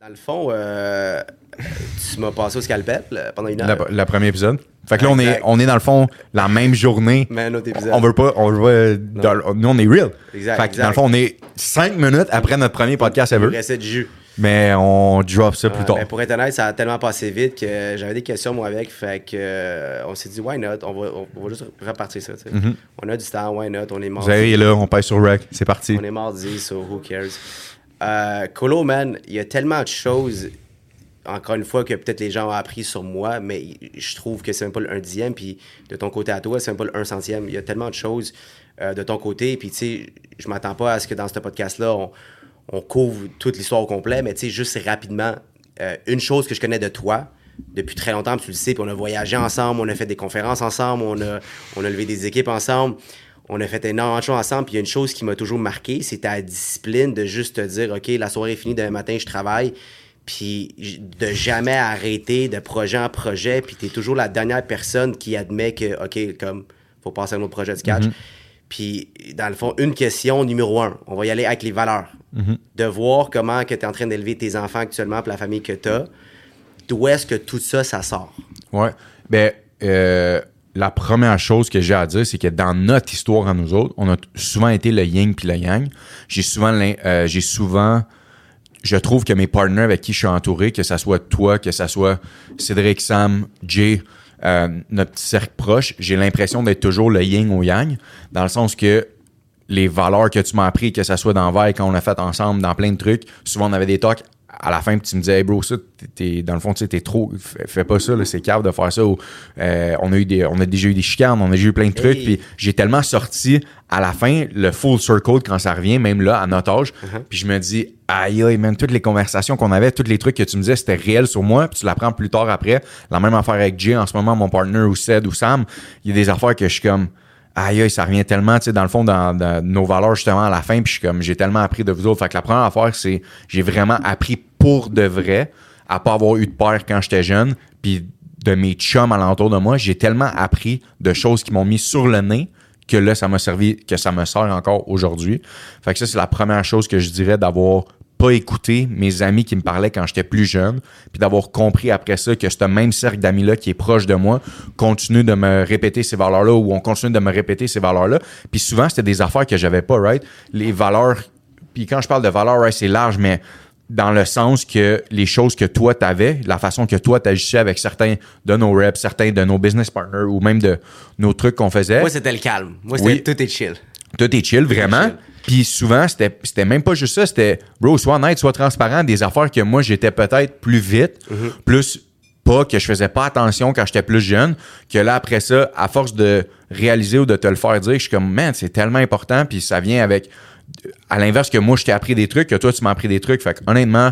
Dans le fond, tu m'as passé au scalpel pendant une heure. Le premier épisode. Fait que là, on est dans le fond la même journée. Mais un autre épisode. On veut pas. Nous, on est real. Exact. Fait que dans le fond, on est 5 minutes après notre premier podcast ever. Il restait du jus. Mais on drop ça plus tard. Mais pour être honnête, ça a tellement passé vite que j'avais des questions, moi, avec. Fait que on s'est dit, why not? On va juste repartir ça. Mm-hmm. On a du temps, why not? On est mardi. Vous est là, on pèse sur rec. C'est parti. On est mardi, so who cares? Colo, man, il y a tellement de choses, encore une fois, que peut-être les gens ont appris sur moi, mais je trouve que c'est même pas le 1/10, puis de ton côté à toi, c'est même pas le 1/100. Il y a tellement de choses de ton côté, puis tu sais, je m'attends pas à ce que dans ce podcast-là, on couvre toute l'histoire au complet, mais tu sais, juste rapidement, une chose que je connais de toi depuis très longtemps, puis tu le sais, puis on a voyagé ensemble, on a fait des conférences ensemble, on a levé des équipes ensemble, on a fait énormément de choses ensemble, puis il y a une chose qui m'a toujours marqué, c'est ta discipline de juste te dire, OK, la soirée est finie, demain matin, je travaille, puis de jamais arrêter de projet en projet, puis t'es toujours la dernière personne qui admet que, OK, comme, faut passer à un autre projet de catch. Mm-hmm. Puis, dans le fond, une question numéro 1, on va y aller avec les valeurs. Mm-hmm. De voir comment que tu es en train d'élever tes enfants actuellement pour la famille que tu as. D'où est-ce que tout ça, ça sort? Ouais. Ben, la première chose que j'ai à dire, c'est que dans notre histoire à nous autres, on a souvent été le yin puis le yang. J'ai souvent, je trouve que mes partenaires avec qui je suis entouré, que ça soit toi, que ça soit Cédric, Sam, Jay, notre petit cercle proche, j'ai l'impression d'être toujours le yin au yang, dans le sens que les valeurs que tu m'as appris, que ça soit dans Vaille, quand on a fait ensemble, dans plein de trucs, souvent on avait des talks à la fin, puis tu me disais, hey bro, ça, dans le fond, tu sais, t'es trop, fais pas ça, là, c'est cave de faire ça. Ou, on a déjà eu des chicanes, on a déjà eu plein de trucs, puis j'ai tellement sorti à la fin le full circle quand ça revient, même là, à notre âge, puis je me dis, aïe, man, toutes les conversations qu'on avait, tous les trucs que tu me disais, c'était réel sur moi, puis tu l'apprends plus tard après. La même affaire avec Jay, en ce moment, mon partner, ou Ced, ou Sam, il y a des affaires que je suis comme, aïe, ça revient tellement, tu sais, dans le fond, dans nos valeurs, justement, à la fin, puis je suis comme, j'ai tellement appris de vous autres. Fait que la première affaire, c'est, j'ai vraiment appris pour de vrai, à pas avoir eu de père quand j'étais jeune, puis de mes chums alentour de moi, j'ai tellement appris de choses qui m'ont mis sur le nez, que là, ça m'a servi, que ça me sert encore aujourd'hui. Fait que ça, c'est la première chose que je dirais, d'avoir pas écouté mes amis qui me parlaient quand j'étais plus jeune, puis d'avoir compris après ça que ce même cercle d'amis-là qui est proche de moi continue de me répéter ces valeurs-là, ou on continue de me répéter ces valeurs-là. Puis souvent, c'était des affaires que j'avais pas, right? Les valeurs, puis quand je parle de valeurs, right, c'est large, mais dans le sens que les choses que toi t'avais, la façon que toi t'agissais avec certains de nos reps, certains de nos business partners, ou même de nos trucs qu'on faisait. Moi, c'était le calme. Moi, c'était tout est chill. Tout est chill, vraiment. Puis souvent, c'était même pas juste ça, c'était, bro, sois honnête, sois transparent, des affaires que moi, j'étais peut-être plus vite, plus pas, que je faisais pas attention quand j'étais plus jeune, que là, après ça, à force de réaliser ou de te le faire dire, je suis comme, man, c'est tellement important, puis ça vient avec, à l'inverse que moi, je t'ai appris des trucs, que toi, tu m'as appris des trucs. Fait que, honnêtement,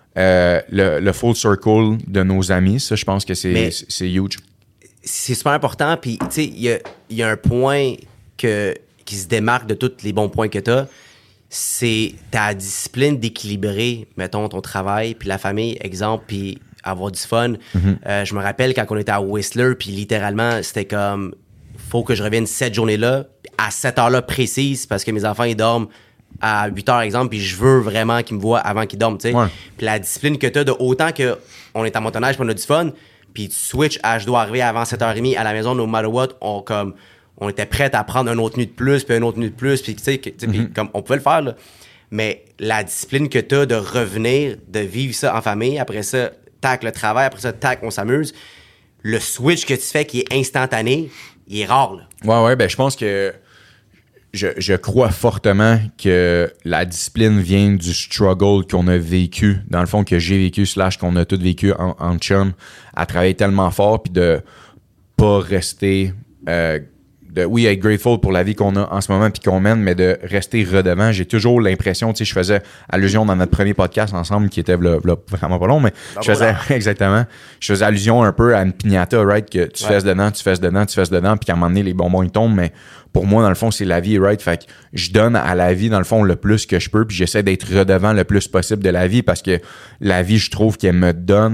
le full circle de nos amis, ça, je pense que c'est huge. C'est super important, puis, tu sais, il y a un point qui se démarque de tous les bons points que tu as, c'est ta discipline d'équilibrer, mettons, ton travail, puis la famille, exemple, puis avoir du fun. Je me rappelle quand on était à Whistler, puis littéralement, c'était comme, faut que je revienne cette journée-là, à cette heure-là précise, parce que mes enfants, ils dorment à 8 heures, exemple, puis je veux vraiment qu'ils me voient avant qu'ils dorment, tu sais. Ouais. Puis la discipline que tu as, de autant qu'on est à motoneige, puis on a du fun, puis tu switches à je dois arriver avant 7h30 à la maison, no matter what, on était prêts à prendre un autre nuit de plus, puis un autre nuit de plus, puis tu sais, puis comme on pouvait le faire, là. Mais la discipline que tu as de revenir, de vivre ça en famille, après ça, tac, le travail, après ça, tac, on s'amuse, le switch que tu fais qui est instantané, il est rare, là. Ouais, ben je pense que je crois fortement que la discipline vient du struggle qu'on a vécu, dans le fond, que j'ai vécu, / qu'on a tous vécu en chum, à travailler tellement fort, puis de pas rester... oui, être grateful pour la vie qu'on a en ce moment puis qu'on mène, mais de rester redevant. J'ai toujours l'impression, tu sais, je faisais allusion dans notre premier podcast ensemble, qui était vraiment pas long, mais exactement, je faisais allusion un peu à une piñata, right, que tu fesses dedans, puis qu'à un moment donné, les bonbons, ils tombent, mais pour moi, dans le fond, c'est la vie, right, fait que je donne à la vie, dans le fond, le plus que je peux, puis j'essaie d'être redevant le plus possible de la vie, parce que la vie, je trouve qu'elle me donne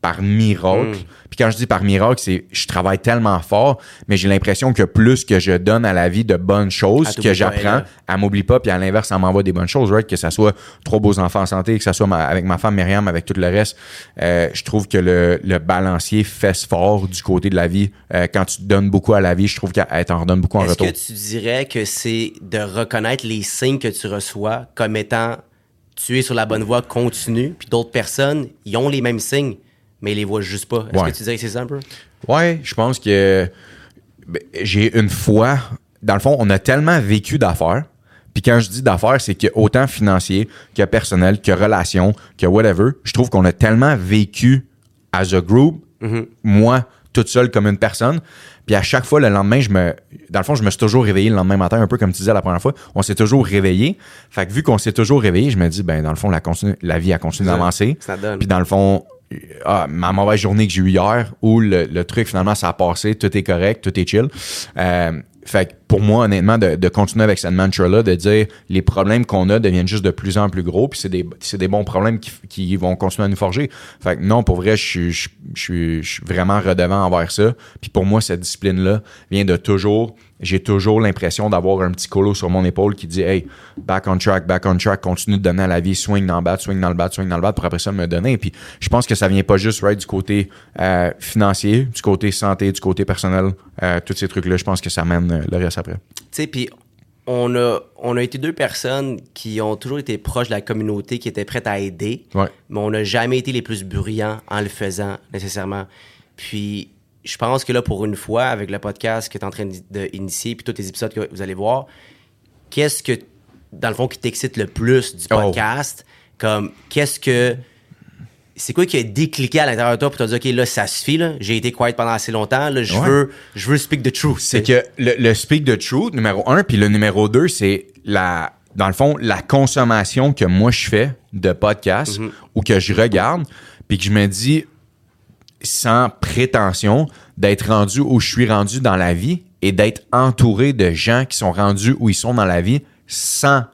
par miracle. Puis quand je dis par miracle, c'est je travaille tellement fort, mais j'ai l'impression que plus que je donne à la vie de bonnes choses que j'apprends, elle m'oublie pas, puis à l'inverse, elle m'envoie des bonnes choses, right? Que ça soit 3 beaux enfants en santé, que ça soit avec ma femme Myriam, avec tout le reste. Je trouve que le balancier fesse fort du côté de la vie. Quand tu donnes beaucoup à la vie, je trouve qu'elle t'en redonne beaucoup en retour. Est-ce que tu dirais que c'est de reconnaître les signes que tu reçois comme étant tu es sur la bonne voie continue, puis d'autres personnes, ils ont les mêmes signes, mais ils les voient juste pas. Est-ce que tu dirais que c'est ça un peu? Ouais, je pense que j'ai une fois, dans le fond, on a tellement vécu d'affaires, puis quand je dis d'affaires, c'est que autant financier que personnel, que relation, que whatever, je trouve qu'on a tellement vécu as a group, moi, toute seule comme une personne, puis à chaque fois, le lendemain, dans le fond, je me suis toujours réveillé le lendemain matin, un peu comme tu disais la première fois, on s'est toujours réveillé. Fait que vu qu'on s'est toujours réveillé, je me dis, ben dans le fond, la vie a continué d'avancer. Puis dans le fond, ma mauvaise journée que j'ai eue hier, où le truc, finalement, ça a passé, tout est correct, tout est chill. Fait que pour moi, honnêtement, de continuer avec cette mantra-là, de dire les problèmes qu'on a deviennent juste de plus en plus gros, puis c'est des bons problèmes qui vont continuer à nous forger. Fait que non, pour vrai, je suis vraiment redevant envers ça. Puis pour moi, cette discipline-là vient de toujours... J'ai toujours l'impression d'avoir un petit colo sur mon épaule qui dit « Hey, back on track, continue de donner à la vie, swing dans le bat, pour après ça me donner. » Puis je pense que ça vient pas juste du côté financier, du côté santé, du côté personnel, tous ces trucs-là, je pense que ça mène le reste après. Tu sais, puis on a été 2 personnes qui ont toujours été proches de la communauté, qui étaient prêtes à aider, mais on n'a jamais été les plus bruyants en le faisant, nécessairement. Puis je pense que là, pour une fois, avec le podcast que tu es en train d'initier, puis tous les épisodes que vous allez voir, qu'est-ce que, dans le fond, qui t'excite le plus du podcast? Comme, c'est quoi qui a décliqué à l'intérieur de toi pour te dire, OK, là, ça suffit, là, j'ai été quiet pendant assez longtemps, là, je veux speak the truth. C'est que le speak the truth, numéro 1, puis le numéro 2, c'est dans le fond, la consommation que moi je fais de podcasts ou que je regarde, puis que je me dis, sans prétention, d'être rendu où je suis rendu dans la vie et d'être entouré de gens qui sont rendus où ils sont dans la vie sans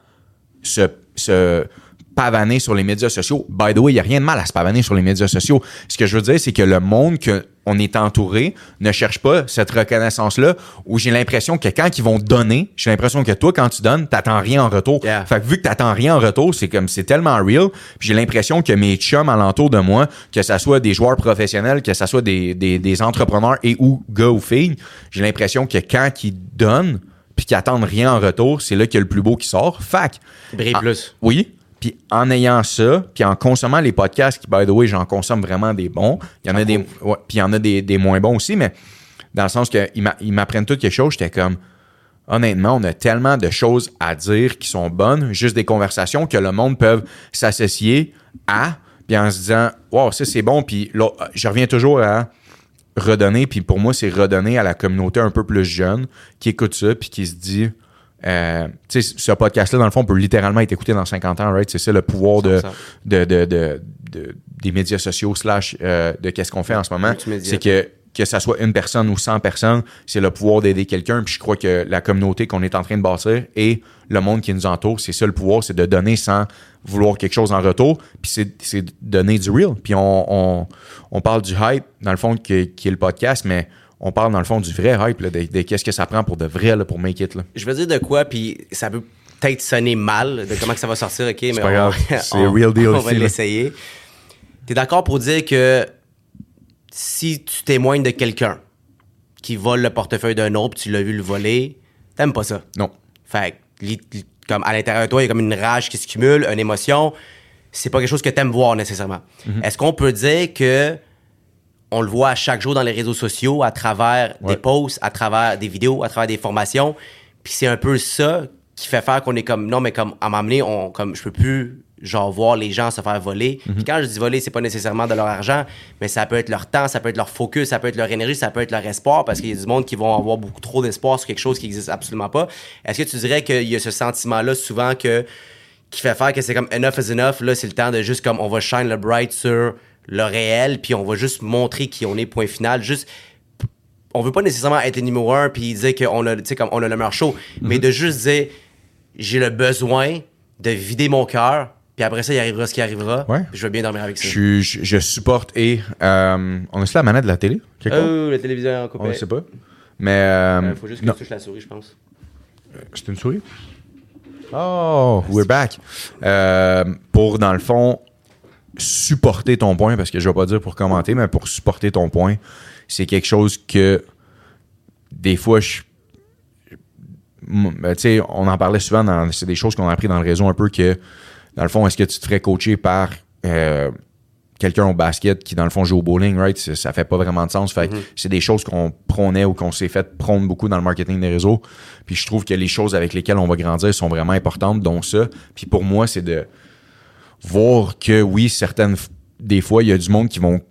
se pavaner sur les médias sociaux. By the way, il n'y a rien de mal à se pavaner sur les médias sociaux. Ce que je veux dire, c'est que le monde qu'on est entouré ne cherche pas cette reconnaissance-là où j'ai l'impression que quand ils vont donner, j'ai l'impression que toi, quand tu donnes, t'attends rien en retour. Yeah. Fait que vu que t'attends rien en retour, c'est tellement real. Puis j'ai l'impression que mes chums alentour de moi, que ça soit des joueurs professionnels, que ça soit des entrepreneurs et ou gars ou filles, j'ai l'impression que quand ils donnent puis qu'ils attendent rien en retour, c'est là qu'il y a le plus beau qui sort. Fait que... Brille plus. Oui. Puis en ayant ça, puis en consommant les podcasts, qui, by the way, j'en consomme vraiment des bons. Il y en a puis il y en a des moins bons aussi, mais dans le sens qu'ils m'apprennent tout quelque chose, j'étais comme, honnêtement, on a tellement de choses à dire qui sont bonnes, juste des conversations que le monde peut s'associer à, puis en se disant, wow, ça c'est bon, puis là, je reviens toujours à redonner, puis pour moi, c'est redonner à la communauté un peu plus jeune qui écoute ça, puis qui se dit... tu sais, ce podcast-là, dans le fond, peut littéralement être écouté dans 50 ans, right? C'est ça le pouvoir des médias sociaux / de qu'est-ce qu'on fait en ce moment. C'est que ça soit une personne ou 100 personnes, c'est le pouvoir d'aider quelqu'un. Puis je crois que la communauté qu'on est en train de bâtir et le monde qui nous entoure, c'est ça le pouvoir, c'est de donner sans vouloir quelque chose en retour. Puis c'est donner du real. Puis on parle du hype, dans le fond, qui est le podcast, mais on parle dans le fond du vrai hype, là, de qu'est-ce que ça prend pour de vrai, là, pour make it. Là. Je veux dire de quoi, puis ça peut peut-être sonner mal, de comment que ça va sortir, OK? Mais pas grave, c'est real deal on aussi, va l'essayer. T'es d'accord pour dire que si tu témoignes de quelqu'un qui vole le portefeuille d'un autre puis tu l'as vu le voler, t'aimes pas ça? Non. Fait que, comme à l'intérieur de toi, il y a comme une rage qui se cumule, une émotion. C'est pas quelque chose que t'aimes voir nécessairement. Est-ce qu'on peut dire que on le voit à chaque jour dans les réseaux sociaux, à travers des posts, à travers des vidéos, à travers des formations. Puis c'est un peu ça qui fait faire qu'on est comme... Non, mais comme à m'amener, comme je peux plus genre voir les gens se faire voler. Puis quand je dis voler, c'est pas nécessairement de leur argent, mais ça peut être leur temps, ça peut être leur focus, ça peut être leur énergie, ça peut être leur espoir, parce qu'il y a du monde qui vont avoir beaucoup trop d'espoir sur quelque chose qui existe absolument pas. Est-ce que tu dirais qu'il y a ce sentiment-là souvent qui fait faire que c'est comme enough is enough, là c'est le temps de juste comme on va shine le bright sur le réel, puis on va juste montrer qui on est, point final. Juste, on veut pas nécessairement être numéro 1 puis dire qu'on a, tu sais, comme on a le meilleur show, mais de juste dire, j'ai le besoin de vider mon cœur Puis après ça, il arrivera ce qui arrivera. Ouais. Puis je vais bien dormir avec ça. Je supporte et... on a-tu la manette de la télé? La télévision en coupé. On ne sait pas. Mais... Faut juste que tu touches la souris, je pense. C'est une souris? Oh, we're back. Pour, dans le fond, supporter ton point, parce que je vais pas dire pour commenter, mais pour supporter ton point, c'est quelque chose que des fois, tu sais, on en parlait souvent, c'est des choses qu'on a appris dans le réseau un peu que, dans le fond, est-ce que tu te ferais coacher par quelqu'un au basket qui, dans le fond, joue au bowling, right? Ça fait pas vraiment de sens. Fait que c'est des choses qu'on prônait ou qu'on s'est fait prôner beaucoup dans le marketing des réseaux. Puis je trouve que les choses avec lesquelles on va grandir sont vraiment importantes, dont ça. Puis pour moi, c'est de voir que, oui, des fois, il y a du monde qui vont,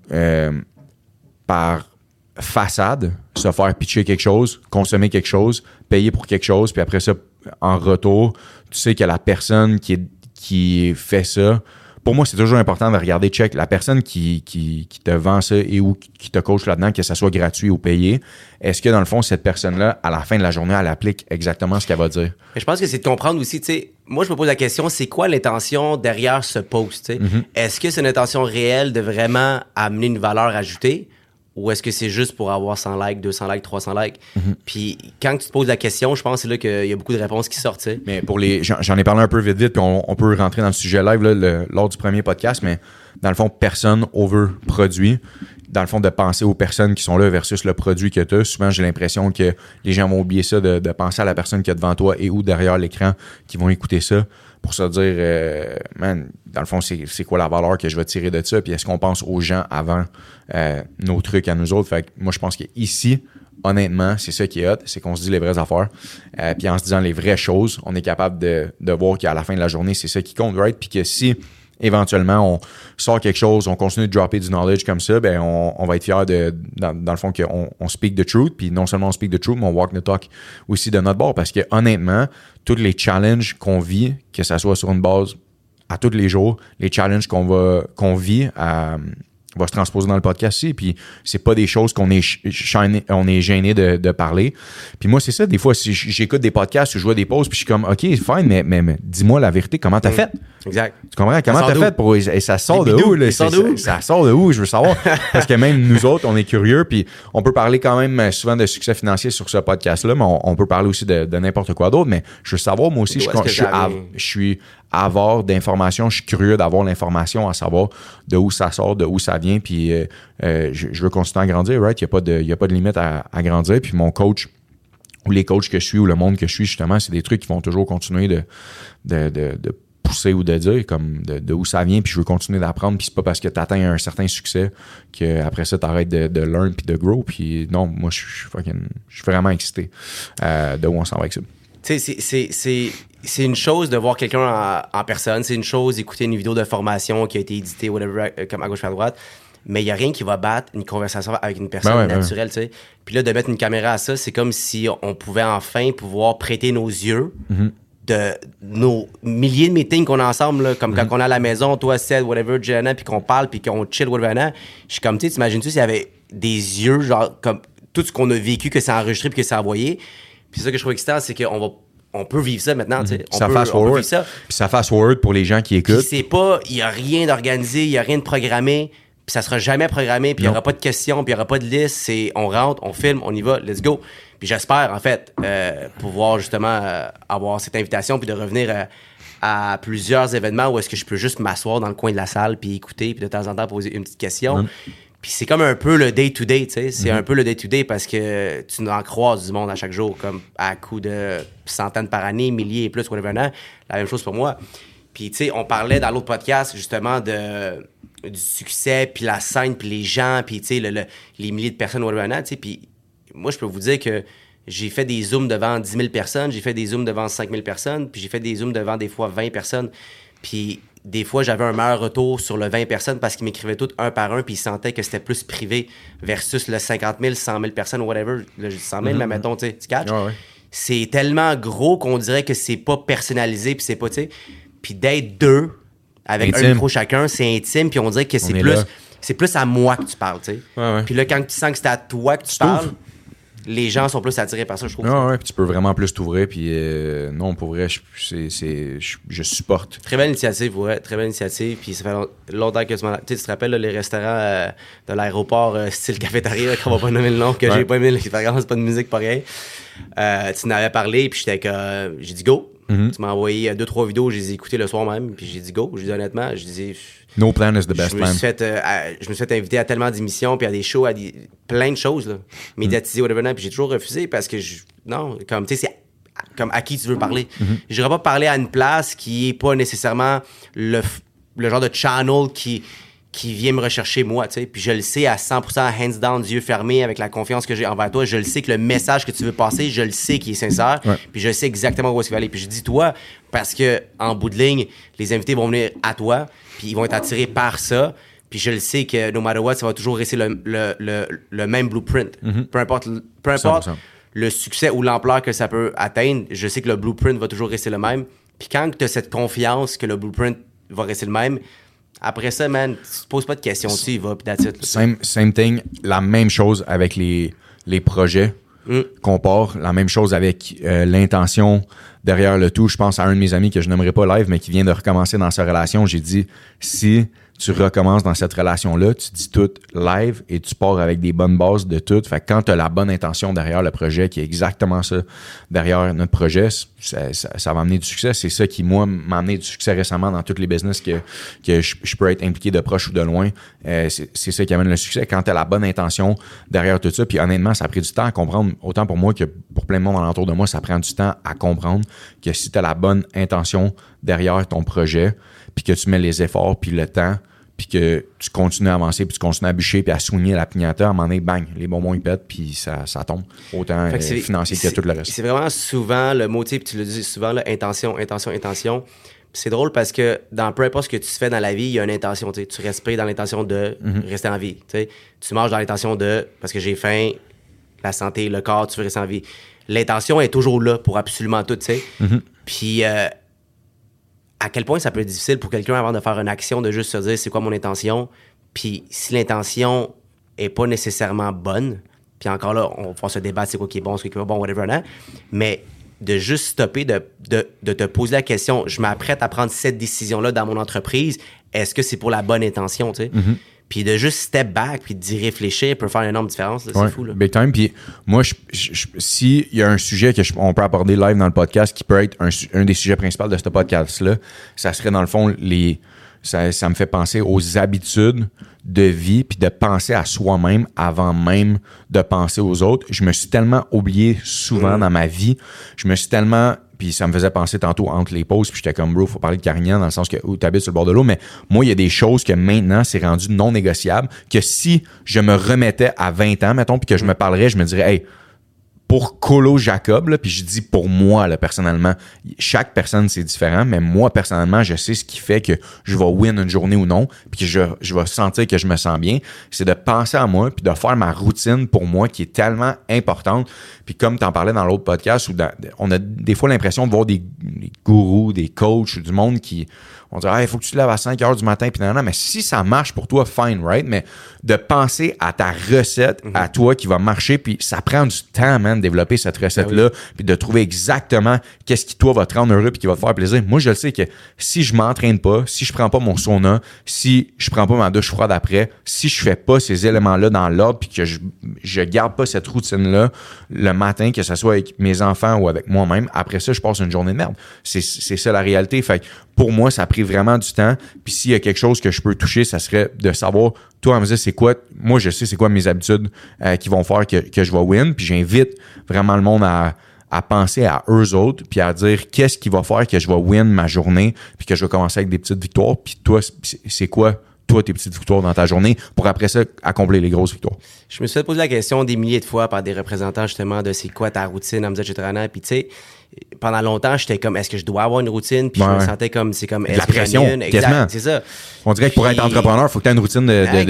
par façade, se faire pitcher quelque chose, consommer quelque chose, payer pour quelque chose, puis après ça, en retour, tu sais que la personne qui fait ça, pour moi, c'est toujours important de regarder, check, la personne qui te vend ça et ou qui te coach là-dedans, que ça soit gratuit ou payé, est-ce que dans le fond, cette personne-là, à la fin de la journée, elle applique exactement ce qu'elle va dire? Mais je pense que c'est de comprendre aussi, tu sais, moi je me pose la question, c'est quoi l'intention derrière ce post, tu sais? Est-ce que c'est une intention réelle de vraiment amener une valeur ajoutée? Ou est-ce que c'est juste pour avoir 100 likes, 200 likes, 300 likes? Puis quand tu te poses la question, je pense que c'est là qu'il y a beaucoup de réponses qui sortent. T'sais. Mais pour j'en ai parlé un peu vite, puis on peut rentrer dans le sujet live là, lors du premier podcast, mais dans le fond, personne overproduit. Dans le fond, de penser aux personnes qui sont là versus le produit que tu as. Souvent, j'ai l'impression que les gens vont oublier ça, de penser à la personne qui est devant toi et ou derrière l'écran qui vont écouter ça pour se dire, man, dans le fond, c'est quoi la valeur que je vais tirer de ça? Puis est-ce qu'on pense aux gens avant nos trucs à nous autres? Fait que moi, je pense qu'ici, honnêtement, c'est ça qui est hot, c'est qu'on se dit les vraies affaires. Puis en se disant les vraies choses, on est capable de voir qu'à la fin de la journée, c'est ça qui compte, right? Puis que si éventuellement, on sort quelque chose, on continue de dropper du knowledge comme ça, ben on va être fiers dans le fond qu'on speak the truth, puis non seulement on speak the truth, mais on walk the talk aussi de notre bord, parce que honnêtement, tous les challenges qu'on vit, que ça soit sur une base à tous les jours, les challenges qu'on vit va se transposer dans le podcast aussi, puis c'est pas des choses qu'on est gêné de parler. Puis moi, c'est ça, des fois, si j'écoute des podcasts ou je vois des pauses, puis je suis comme, OK, fine, mais dis-moi la vérité, comment t'as fait? Exact. Tu comprends? Comment t'as fait pour... Et ça sort de où? Là? Ça sort de où? Je veux savoir. Parce que même nous autres, on est curieux, puis on peut parler quand même souvent de succès financier sur ce podcast-là, mais on peut parler aussi de n'importe quoi d'autre, mais je veux savoir, moi aussi, je suis avare d'informations, je suis curieux d'avoir l'information, à savoir de où ça sort, de où ça vient, puis je veux continuer à grandir, right? Il n'y a pas de limite à grandir, puis mon coach ou les coachs que je suis ou le monde que je suis, justement, c'est des trucs qui vont toujours continuer de pousser ou de dire comme de où ça vient, puis je veux continuer d'apprendre, puis c'est pas parce que tu atteins un certain succès qu'après ça t'arrêtes de learn puis de grow, puis non, moi je suis vraiment excité de où on s'en va avec ça. Tu sais, c'est une chose de voir quelqu'un en personne, c'est une chose d'écouter une vidéo de formation qui a été éditée, whatever, comme à gauche à droite, mais il n'y a rien qui va battre une conversation avec une personne naturelle, tu sais. Puis là, de mettre une caméra à ça, c'est comme si on pouvait enfin pouvoir prêter nos yeux de nos milliers de meetings qu'on a ensemble, là, comme quand on est à la maison, toi, Seth, whatever, Jenna, puis qu'on parle, puis qu'on chill, whatever. Je suis comme, tu sais, t'imagines-tu s'il y avait des yeux, genre, comme tout ce qu'on a vécu, que c'est enregistré, puis que c'est envoyé. Puis c'est ça que je trouve excitant, c'est on peut vivre ça maintenant, tu sais. Ça fast forward. Puis ça fast forward pour les gens qui écoutent. Puis c'est pas, il y a rien d'organisé, il y a rien de programmé, puis ça sera jamais programmé, puis il y aura pas de questions, puis il y aura pas de liste, c'est on rentre, on filme, on y va, let's go. Puis j'espère en fait pouvoir justement avoir cette invitation puis de revenir à plusieurs événements où est-ce que je peux juste m'asseoir dans le coin de la salle puis écouter puis de temps en temps poser une petite question. Puis c'est comme un peu le day-to-day, tu sais. C'est un peu le day-to-day parce que tu en croises du monde à chaque jour, comme à coup de centaines par année, milliers et plus, whatever. La même chose pour moi. Puis, tu sais, on parlait dans l'autre podcast, justement, du succès, puis la scène, puis les gens, puis, tu sais, les milliers de personnes, whatever, tu sais. Puis moi, je peux vous dire que j'ai fait des zooms devant 10 000 personnes, j'ai fait des zooms devant 5 000 personnes, puis j'ai fait des zooms devant des fois 20 personnes. Puis des fois, j'avais un meilleur retour sur le 20 personnes parce qu'ils m'écrivaient tous un par un, puis ils sentaient que c'était plus privé versus le 50 000, 100 000 personnes, whatever. Là, je dis 100 000, mais mettons, tu sais, tu catches? Ouais. C'est tellement gros qu'on dirait que c'est pas personnalisé, puis c'est pas, tu sais. Puis d'être deux, avec intime. Un micro chacun, c'est intime, puis on dirait que c'est plus à moi que tu parles, tu sais. Ouais. Puis là, quand tu sens que c'est à toi que tu parles, les gens sont plus attirés par ça, je trouve. Ouais, puis tu peux vraiment plus t'ouvrir. Puis non, pour vrai, je supporte. Très belle initiative, ouais, très belle initiative. Puis ça fait longtemps que tu te rappelles là, les restaurants de l'aéroport style cafétéria, qu'on va pas nommer le nom, que j'ai pas aimé l'expérience, pas de musique, pas rien. Tu n'avais parlé, puis j'ai dit go. Tu m'as envoyé 2-3 vidéos, je les ai écoutées le soir même, puis j'ai dit go. J'ai dit honnêtement, je disais. No plan is the best plan. Je me suis fait inviter à tellement d'émissions, puis à des shows, plein de choses, là, médiatisées, whatever, puis j'ai toujours refusé parce que non, comme tu sais, c'est comme à qui tu veux parler. Je n'irais pas parler à une place qui est pas nécessairement le genre de channel qui vient me rechercher moi, tu sais. Puis je le sais à 100%, hands down, yeux fermés, avec la confiance que j'ai envers toi. Je le sais que le message que tu veux passer, je le sais qu'il est sincère. Ouais. Puis je sais exactement où est-ce qu'il va aller. Puis je dis toi, parce que en bout de ligne, les invités vont venir à toi, puis ils vont être attirés par ça. Puis je le sais que no matter what, ça va toujours rester le même blueprint. Peu importe le succès ou l'ampleur que ça peut atteindre, je sais que le blueprint va toujours rester le même. Puis quand tu as cette confiance que le blueprint va rester le même, après ça, man, tu te poses pas de questions, tu y vas, puis that's it. Same thing, la même chose avec les projets qu'on part, la même chose avec l'intention derrière le tout. Je pense à un de mes amis que je n'aimerais pas live, mais qui vient de recommencer dans sa relation. J'ai dit, si tu recommences dans cette relation-là, tu dis tout live et tu pars avec des bonnes bases de tout. Fait que quand tu as la bonne intention derrière le projet, qui est exactement ça, derrière notre projet, ça va amener du succès. C'est ça qui, moi, m'a amené du succès récemment dans tous les business que je peux être impliqué de proche ou de loin. C'est ça qui amène le succès. Quand tu as la bonne intention derrière tout ça, puis honnêtement, ça a pris du temps à comprendre, autant pour moi que pour plein de monde alentour de moi, ça prend du temps à comprendre que si tu as la bonne intention derrière ton projet, puis que tu mets les efforts puis le temps, puis que tu continues à avancer, puis tu continues à bûcher, puis à soigner la pignata, à un moment donné, bang, les bonbons, ils pètent, puis ça tombe. Autant financier que tout le reste. C'est vraiment souvent le mot, puis tu le dis souvent, là, intention. Puis c'est drôle parce que dans peu importe ce que tu fais dans la vie, il y a une intention. Tu respires dans l'intention de rester en vie. Tu manges dans l'intention de, parce que j'ai faim, la santé, le corps, tu veux rester en vie. L'intention est toujours là pour absolument tout, tu sais. Puis à quel point ça peut être difficile pour quelqu'un avant de faire une action de juste se dire c'est quoi mon intention, puis si l'intention est pas nécessairement bonne, puis encore là, on va se débattre c'est quoi qui est bon, c'est quoi qui est pas bon, whatever, non? Mais de juste stopper, de te poser la question, je m'apprête à prendre cette décision-là dans mon entreprise, est-ce que c'est pour la bonne intention, tu sais? Puis de juste step back, puis d'y réfléchir peut faire une énorme différence. Là, c'est fou. Là. Big time. Puis moi, s'il y a un sujet qu'on peut aborder live dans le podcast qui peut être un des sujets principaux de ce podcast-là, ça serait dans le fond, ça me fait penser aux habitudes de vie puis de penser à soi-même avant même de penser aux autres. Je me suis tellement oublié souvent dans ma vie. Je me suis tellement... Puis ça me faisait penser tantôt entre les pauses, puis j'étais comme, bro, faut parler de Carignan dans le sens que où tu habites sur le bord de l'eau, mais moi, il y a des choses que maintenant, c'est rendu non négociable, que si je me remettais à 20 ans, mettons, puis que je me parlerais, je me dirais, hey, pour Colo Jacob, là, puis je dis pour moi, là, personnellement, chaque personne, c'est différent, mais moi, personnellement, je sais ce qui fait que je vais win une journée ou non, puis que je vais sentir que je me sens bien, c'est de penser à moi, puis de faire ma routine pour moi, qui est tellement importante. Puis comme tu en parlais dans l'autre podcast, où on a des fois l'impression de voir des gourous, des coachs, du monde qui... On dirait, il faut que tu te lèves à 5 heures du matin, puis non, mais si ça marche pour toi, fine, right? Mais de penser à ta recette, à toi, qui va marcher, puis ça prend du temps, man, de développer cette recette-là, puis de trouver exactement qu'est-ce qui, toi, va te rendre heureux puis qui va te faire plaisir. Moi, je le sais que si je m'entraîne pas, si je prends pas mon sauna, si je prends pas ma douche froide après, si je fais pas ces éléments-là dans l'ordre, puis que je garde pas cette routine-là le matin, que ce soit avec mes enfants ou avec moi-même, après ça, je passe une journée de merde. C'est ça la réalité. Fait que pour moi, ça a pris vraiment du temps. Puis s'il y a quelque chose que je peux toucher, ça serait de savoir, toi, à me dire, c'est quoi, moi, je sais c'est quoi mes habitudes qui vont faire que je vais win. Puis j'invite vraiment le monde à penser à eux autres, puis à dire qu'est-ce qui va faire que je vais win ma journée, puis que je vais commencer avec des petites victoires. Puis toi, c'est quoi, toi, tes petites victoires dans ta journée pour après ça accomplir les grosses victoires? Je me suis fait poser la question des milliers de fois par des représentants justement de c'est quoi ta routine, à me dire, etc. Puis tu sais, pendant longtemps, j'étais comme, est-ce que je dois avoir une routine? Puis je me sentais comme, c'est comme, est-ce la pression, que quasiment. C'est ça. On dirait que pour être entrepreneur, il faut que tu aies une routine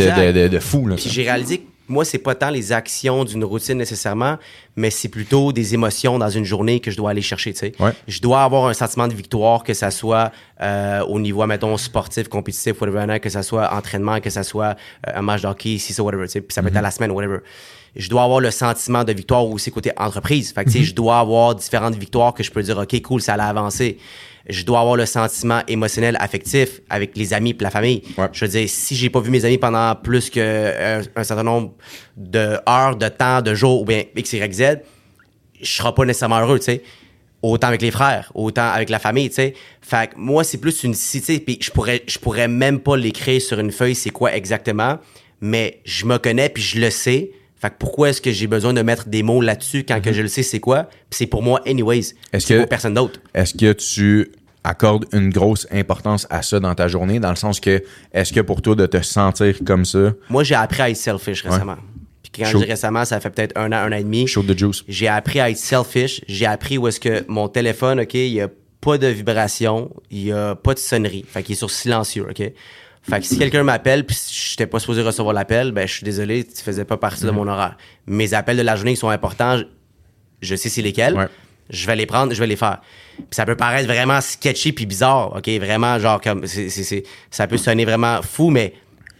de fou. Là, puis j'ai réalisé que moi, c'est pas tant les actions d'une routine nécessairement, mais c'est plutôt des émotions dans une journée que je dois aller chercher, tu sais. Ouais. Je dois avoir un sentiment de victoire, que ça soit au niveau, mettons, sportif, compétitif, whatever, que ça soit entraînement, que ça soit un match de hockey, si ça, whatever, tu sais, puis ça peut être à la semaine, whatever. Je dois avoir le sentiment de victoire aussi côté entreprise. Fait que, tu sais, je dois avoir différentes victoires que je peux dire, OK, cool, ça allait avancer. Je dois avoir le sentiment émotionnel, affectif avec les amis et la famille. Ouais. Je veux dire, si j'ai pas vu mes amis pendant plus qu'un certain nombre d'heures, de temps, de jours, ou bien X, Y, Z, je serai pas nécessairement heureux, tu sais. Autant avec les frères, autant avec la famille, tu sais. Fait que moi, c'est plus une cité, puis je pourrais même pas l'écrire sur une feuille, c'est quoi exactement, mais je me connais, puis je le sais. Fait que pourquoi est-ce que j'ai besoin de mettre des mots là-dessus quand que je le sais c'est quoi? Puis c'est pour moi anyways. C'est pour personne d'autre. Est-ce que tu accordes une grosse importance à ça dans ta journée, dans le sens que, est-ce que pour toi de te sentir comme ça... Moi, j'ai appris à être selfish récemment. Puis quand je dis récemment, ça fait peut-être un an et demi. Shoot the juice. J'ai appris à être selfish. J'ai appris où est-ce que mon téléphone, OK, il y a pas de vibration, il y a pas de sonnerie. Fait qu'il est sur silencieux, OK? Fait que si quelqu'un m'appelle puis je n'étais pas supposé recevoir l'appel, ben je suis désolé, tu faisais pas partie de mon horaire. Mes appels de la journée qui sont importants, je sais c'est lesquels. Ouais. Je vais les prendre, je vais les faire. Puis ça peut paraître vraiment sketchy puis bizarre, OK? Vraiment, genre, comme ça peut sonner vraiment fou, mais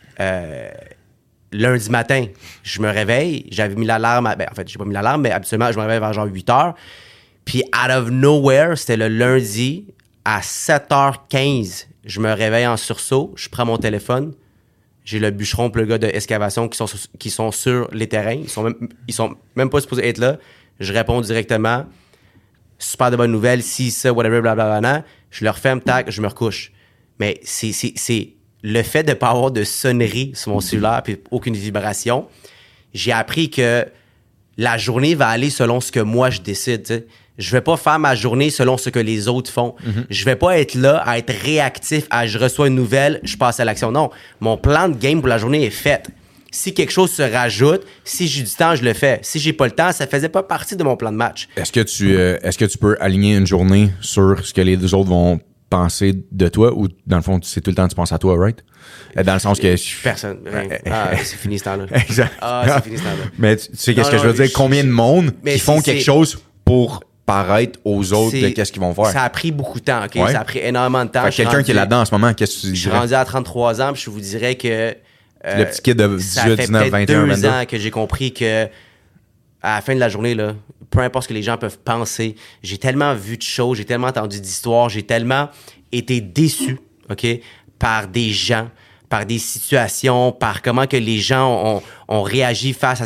lundi matin, je me réveille, j'avais mis l'alarme, en fait, j'ai pas mis l'alarme, mais habituellement, je me réveille vers genre 8 heures. Puis out of nowhere, c'était le lundi, à 7h15, je me réveille en sursaut, je prends mon téléphone, j'ai le bûcheron et le gars d'excavation qui sont sur les terrains, ils sont même pas supposés être là. Je réponds directement, super de bonnes nouvelles, si ça, whatever, blablabla. Je le referme, tac, je me recouche. Mais c'est le fait de pas avoir de sonnerie sur mon cellulaire puis aucune vibration. J'ai appris que la journée va aller selon ce que moi je décide, tu sais. Je vais pas faire ma journée selon ce que les autres font. Je vais pas être là à être réactif, à je reçois une nouvelle, je passe à l'action. Non, mon plan de game pour la journée est fait. Si quelque chose se rajoute, si j'ai du temps, je le fais. Si j'ai pas le temps, ça faisait pas partie de mon plan de match. Est-ce que tu peux aligner une journée sur ce que les deux autres vont penser de toi, ou dans le fond, c'est tout le temps tu penses à toi, right? Dans le sens que... Personne. C'est fini ce temps-là. Exact. C'est fini ce temps-là. Mais tu sais qu'est-ce que je veux dire? Combien de monde qui font quelque chose pour paraître aux autres de qu'est-ce qu'ils vont faire? Ça a pris beaucoup de temps, OK? Ouais. Ça a pris énormément de temps. Fait quelqu'un qui est là-dedans en ce moment, qu'est-ce que tu dirais? Je suis rendu à 33 ans, puis je vous dirais que... le petit kid de 18, 19, 21, 22. Ça fait 2 ans que j'ai compris que à la fin de la journée, là, peu importe ce que les gens peuvent penser, j'ai tellement vu de choses, j'ai tellement entendu d'histoires, j'ai tellement été déçu, OK, par des gens, par des situations, par comment que les gens ont réagi face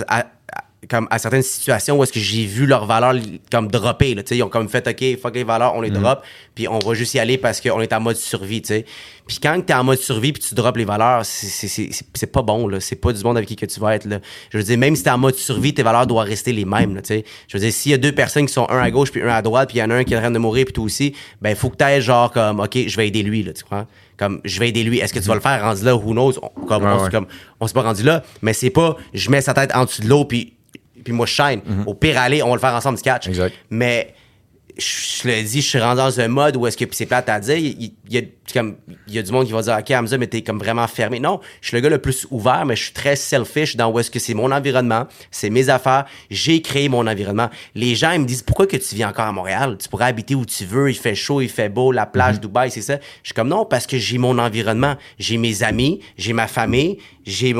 à certaines situations où est-ce que j'ai vu leurs valeurs comme dropper, là, tu sais, ils ont comme fait, OK, fuck les valeurs, on les drop, puis on va juste y aller parce qu'on est en mode survie, tu sais. Puis quand t'es en mode survie puis tu droppes les valeurs, c'est pas bon, là, c'est pas du monde avec qui que tu vas être, là. Je veux dire, même si t'es en mode survie, tes valeurs doivent rester les mêmes, là, tu sais. Je veux dire, s'il y a 2 personnes qui sont un à gauche puis un à droite, puis il y en a un qui est en train de mourir puis toi aussi, ben il faut que t'ailles genre comme, OK, je vais aider lui, là, tu comprends? Comme, je vais aider lui. Est-ce que tu vas le faire rendu là, who knows? On s'est pas rendu là, mais c'est pas, je mets sa tête en dessous de l'eau puis moi je shine. Au pire aller, on va le faire ensemble du catch. Exact. Mais je le dis, je suis rendu dans un mode où est-ce que c'est plate à dire, il y a du monde qui va dire OK Hamza, mais t'es comme vraiment fermé. Non, je suis le gars le plus ouvert, mais je suis très selfish dans où est-ce que c'est mon environnement, c'est mes affaires, j'ai créé mon environnement. Les gens ils me disent pourquoi que tu vis encore à Montréal? Tu pourrais habiter où tu veux, il fait chaud, il fait beau, la plage, Dubaï, c'est ça. Je suis comme non, parce que j'ai mon environnement, j'ai mes amis, j'ai ma famille, j'ai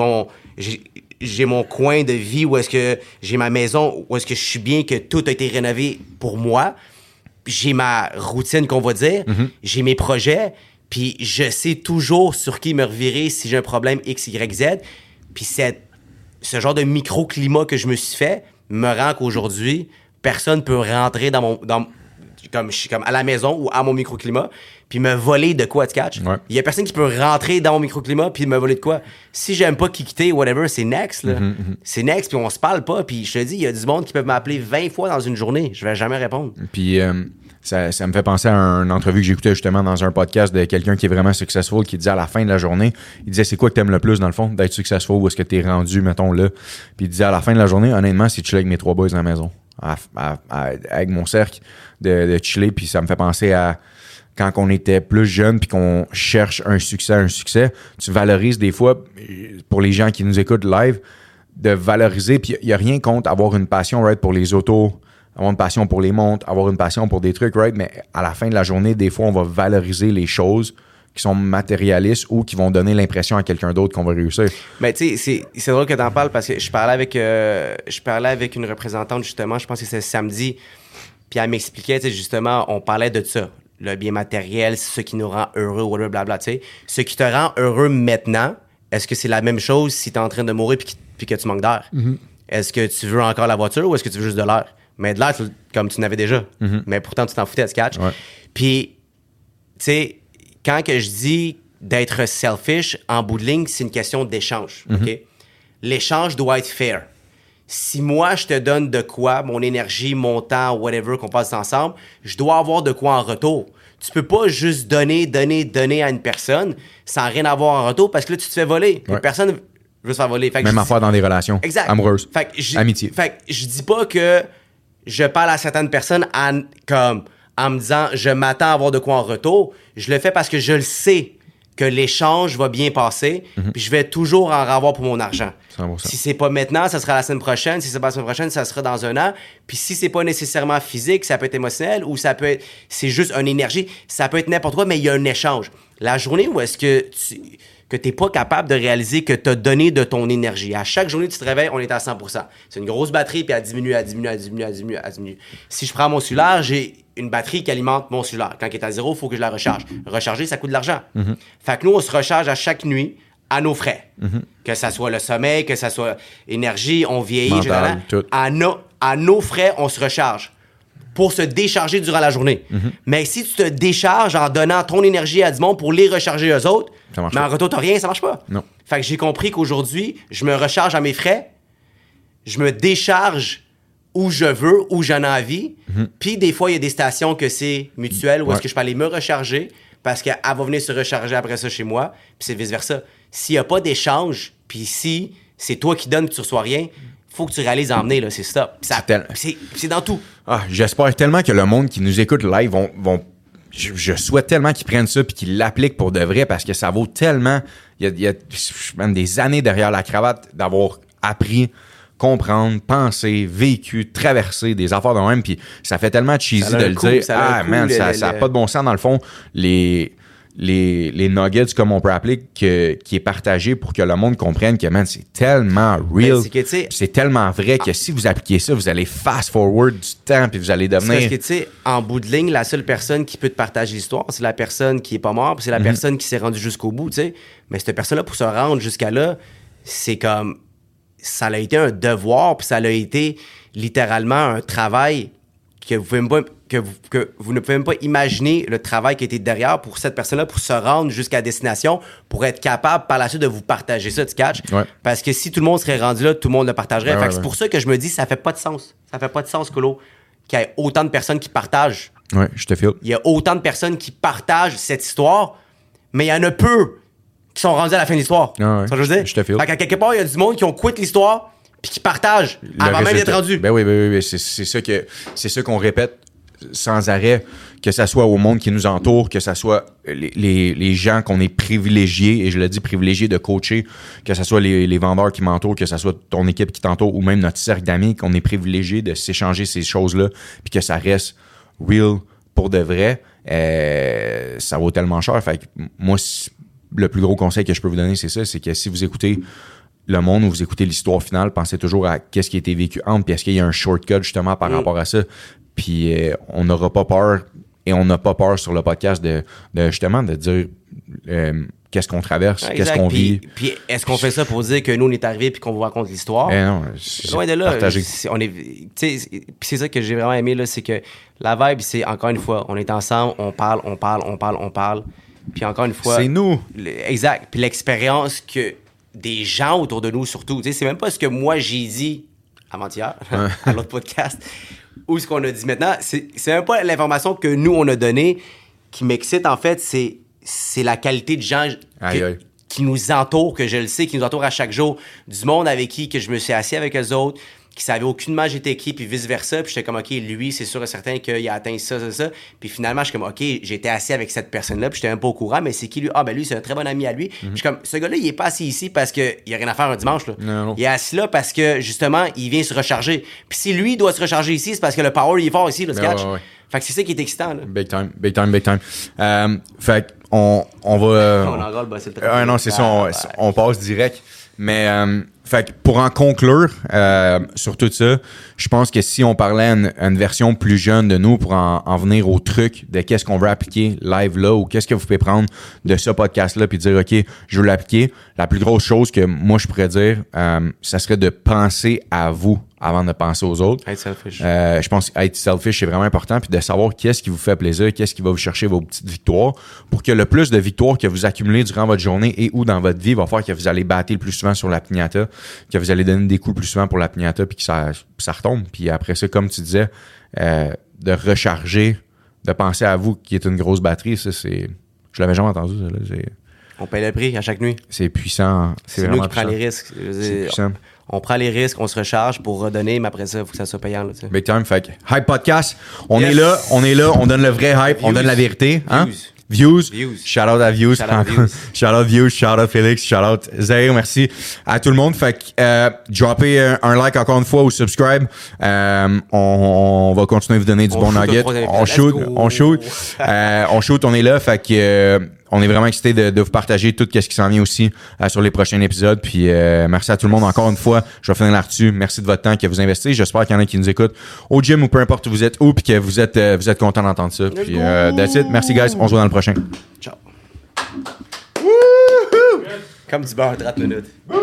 mon coin de vie où est-ce que j'ai ma maison, où est-ce que je suis bien, que tout a été rénové pour moi. J'ai ma routine qu'on va dire, j'ai mes projets, puis je sais toujours sur qui me revirer si j'ai un problème X, Y, Z. Puis ce genre de microclimat que je me suis fait me rend qu'aujourd'hui, personne peut rentrer comme je suis comme à la maison ou à mon microclimat puis me voler de quoi, tu catch? Ouais. Il y a personne qui peut rentrer dans mon microclimat puis me voler de quoi. Si j'aime pas quitter, whatever, c'est next, là. C'est next, puis on se parle pas. Puis je te dis, il y a du monde qui peut m'appeler 20 fois dans une journée. Je vais jamais répondre. Puis ça me fait penser à une entrevue que j'écoutais justement dans un podcast de quelqu'un qui est vraiment successful, qui disait à la fin de la journée, il disait c'est quoi que t'aimes le plus dans le fond, d'être successful, où est-ce que t'es rendu, mettons là. Puis il disait à la fin de la journée, honnêtement, c'est chiller avec mes 3 boys dans la maison. Avec mon cercle de chiller, puis ça me fait penser à quand on était plus jeune puis qu'on cherche un succès, tu valorises des fois, pour les gens qui nous écoutent live, de valoriser, puis il n'y a rien contre avoir une passion right, pour les autos, avoir une passion pour les montres, avoir une passion pour des trucs, right? Mais à la fin de la journée, des fois, on va valoriser les choses qui sont matérialistes ou qui vont donner l'impression à quelqu'un d'autre qu'on va réussir. Mais tu sais, c'est drôle que tu en parles parce que je parlais avec une représentante, justement, je pense que c'était samedi, puis elle m'expliquait, tu sais, justement, on parlait de ça. Le bien matériel, c'est ce qui nous rend heureux, whatever, blabla, tu sais. Ce qui te rend heureux maintenant, est-ce que c'est la même chose si tu es en train de mourir puis que tu manques d'air? Mm-hmm. Est-ce que tu veux encore la voiture ou est-ce que tu veux juste de l'air? Mais de l'air, comme tu n'avais déjà. Mm-hmm. Mais pourtant, tu t'en foutais, tu catch. Ouais. Puis, tu sais, quand que je dis d'être selfish, en bout de ligne, c'est une question d'échange. OK? L'échange doit être fair. Si moi, je te donne de quoi, mon énergie, mon temps, whatever, qu'on passe ensemble, je dois avoir de quoi en retour. Tu peux pas juste donner à une personne sans rien avoir en retour parce que là, tu te fais voler. Ouais. Une personne veut se faire voler. Fait que Même affaire dans des relations amoureuses, amitié. Fait que je dis pas que je parle à certaines personnes en me disant je m'attends à avoir de quoi en retour. Je le fais parce que je le sais que l'échange va bien passer, puis je vais toujours en avoir pour mon argent. 100%. Si c'est pas maintenant, ça sera la semaine prochaine. Si c'est pas la semaine prochaine, ça sera dans un an. Puis si c'est pas nécessairement physique, ça peut être émotionnel ou ça peut être, c'est juste une énergie. Ça peut être n'importe quoi, mais il y a un échange. La journée où est-ce que t'es pas capable de réaliser que t'as donné de ton énergie. À chaque journée, tu te réveilles, on est à 100%. C'est une grosse batterie, puis elle diminue. Si je prends mon cellulaire, j'ai une batterie qui alimente mon cellulaire. Quand il est à zéro, il faut que je la recharge. Recharger, ça coûte de l'argent. Fait que nous, on se recharge à chaque nuit à nos frais. Que ça soit le sommeil, que ça soit énergie, on vieillit, mental, tout. à nos frais, on se recharge pour se décharger durant la journée. Mais si tu te décharges en donnant ton énergie à du monde pour les recharger eux autres, mais en retour, t'as rien, ça marche pas. Non. Fait que j'ai compris qu'aujourd'hui, je me recharge à mes frais, je me décharge où je veux, où j'en ai envie. Puis des fois, il y a des stations que c'est mutuel, où est-ce que je peux aller me recharger parce qu'elle va venir se recharger après ça chez moi, puis c'est vice-versa. S'il n'y a pas d'échange, puis si c'est toi qui donnes et tu reçois rien, faut que tu réalises emmener, là, c'est stop. C'est dans tout. Ah, j'espère tellement que le monde qui nous écoute live vont je souhaite tellement qu'ils prennent ça puis qu'ils l'appliquent pour de vrai parce que ça vaut tellement. Il y a même des années derrière la cravate d'avoir appris, comprendre, penser, vécu, traverser des affaires de même. Puis ça fait tellement cheesy de le dire. Ah, man, ça n'a pas de bon sens dans le fond. Les nuggets, comme on peut appeler, qui est partagé pour que le monde comprenne que, man, c'est tellement real. C'est tellement vrai que si vous appliquez ça, vous allez fast-forward du temps puis vous allez devenir... Parce que, tu sais, en bout de ligne, la seule personne qui peut te partager l'histoire, c'est la personne qui est pas morte puis c'est la personne qui s'est rendue jusqu'au bout, tu sais. Mais cette personne-là, pour se rendre jusqu'à là, c'est comme... Ça a été un devoir puis ça a été littéralement un travail que vous pouvez même pas... Que vous ne pouvez même pas imaginer le travail qui a été derrière pour cette personne-là, pour se rendre jusqu'à destination, pour être capable par la suite de vous partager ça, tu catches? Ouais. Parce que si tout le monde serait rendu là, tout le monde le partagerait. Fait que c'est pour ça que je me dis, ça fait pas de sens. Ça fait pas de sens, Colo, qu'il y ait autant de personnes qui partagent. Ouais, je te file. Il y a autant de personnes qui partagent cette histoire, mais il y en a peu qui sont rendus à la fin de l'histoire. Ah ouais. Ça, je veux dire? Je te file. Fait qu'à quelque part, il y a du monde qui ont quitté l'histoire puis qui partagent avant même d'être rendu. Ben oui. C'est ça qu'on répète sans arrêt, que ça soit au monde qui nous entoure, que ça soit les gens qu'on est privilégiés, et je le dis privilégiés de coacher, que ça soit les vendeurs qui m'entourent, que ça soit ton équipe qui t'entoure, ou même notre cercle d'amis, qu'on est privilégiés de s'échanger ces choses-là, puis que ça reste real pour de vrai, ça vaut tellement cher. Fait que moi, le plus gros conseil que je peux vous donner, c'est ça, c'est que si vous écoutez le monde ou vous écoutez l'histoire finale, pensez toujours à qu'est-ce qui a été vécu entre, puis est-ce qu'il y a un shortcut justement par rapport à ça. Puis on n'aura pas peur, et on n'a pas peur sur le podcast de justement de dire qu'est-ce qu'on traverse, qu'est-ce qu'on vit. Puis est-ce qu'on fait ça pour dire que nous, on est arrivés puis qu'on vous raconte l'histoire? Non, loin de là. Partagé. Puis c'est ça que j'ai vraiment aimé, là, c'est que la vibe, c'est encore une fois, on est ensemble, on parle. Puis encore une fois... C'est nous! Exact. Puis l'expérience que des gens autour de nous, surtout, tu sais, c'est même pas ce que moi j'ai dit avant-hier, à l'autre podcast, ou ce qu'on a dit maintenant, c'est même pas l'information que nous, on a donnée qui m'excite, en fait, c'est la qualité de gens qui nous entourent, que je le sais, qui nous entourent à chaque jour, du monde avec qui que je me suis assis avec eux autres, qui savait aucunement j'étais qui, puis vice-versa. Puis j'étais comme, OK, lui, c'est sûr et certain qu'il a atteint ça. Puis finalement, je suis comme, OK, j'étais assis avec cette personne-là, puis j'étais même pas au courant, mais c'est qui lui? Ah, ben lui, c'est un très bon ami à lui. Puis je suis comme, ce gars-là, il est pas assis ici parce qu'il y a rien à faire un dimanche, là. Non. Il est assis là parce que, justement, il vient se recharger. Puis si lui doit se recharger ici, c'est parce que le power, il est fort ici, le sketch. Ouais. Fait que c'est ça qui est excitant, là. Big time. Fait qu'on va... On a encore le bossé le travail. non, c'est ça, on passe direct. Mais fait que pour en conclure sur tout ça, je pense que si on parlait à une version plus jeune de nous pour en venir au truc de qu'est-ce qu'on veut appliquer live là ou qu'est-ce que vous pouvez prendre de ce podcast-là puis dire OK, je veux l'appliquer, la plus grosse chose que moi je pourrais dire, ça serait de penser à vous avant de penser aux autres. Être selfish. Je pense qu'être selfish, c'est vraiment important. Puis de savoir qu'est-ce qui vous fait plaisir, qu'est-ce qui va vous chercher vos petites victoires pour que le plus de victoires que vous accumulez durant votre journée et ou dans votre vie va faire que vous allez battre le plus souvent sur la piñata, que vous allez donner des coups plus souvent pour la piñata puis que ça retombe. Puis après ça, comme tu disais, de recharger, de penser à vous qui est une grosse batterie, ça c'est... Je l'avais jamais entendu, ça. Là. On paye le prix à chaque nuit. C'est puissant. C'est nous qui prenons les risques. C'est puissant. On prend les risques, on se recharge pour redonner, mais après ça, il faut que ça soit payant. Là, Big time. Fait que Hype Podcast, on est là, on donne le vrai hype, on donne la vérité. Hein? Views. Shout out à Views. Shout out Views, shout out Félix, shout out Zahir, merci à tout le monde. Fait que droppez un like encore une fois ou subscribe. On va continuer à vous donner du bon nugget. On shoot, on est là. Fait que on est vraiment excités de vous partager tout ce qui s'en vient aussi sur les prochains épisodes. Puis merci à tout le monde encore une fois. Je vais finir là-dessus. Merci de votre temps que vous investissez. J'espère qu'il y en a qui nous écoutent au gym ou peu importe où vous êtes puis que vous êtes contents d'entendre ça. Puis that's it. Merci guys. On se voit dans le prochain. Ciao. Comme du beurre, 30 minutes.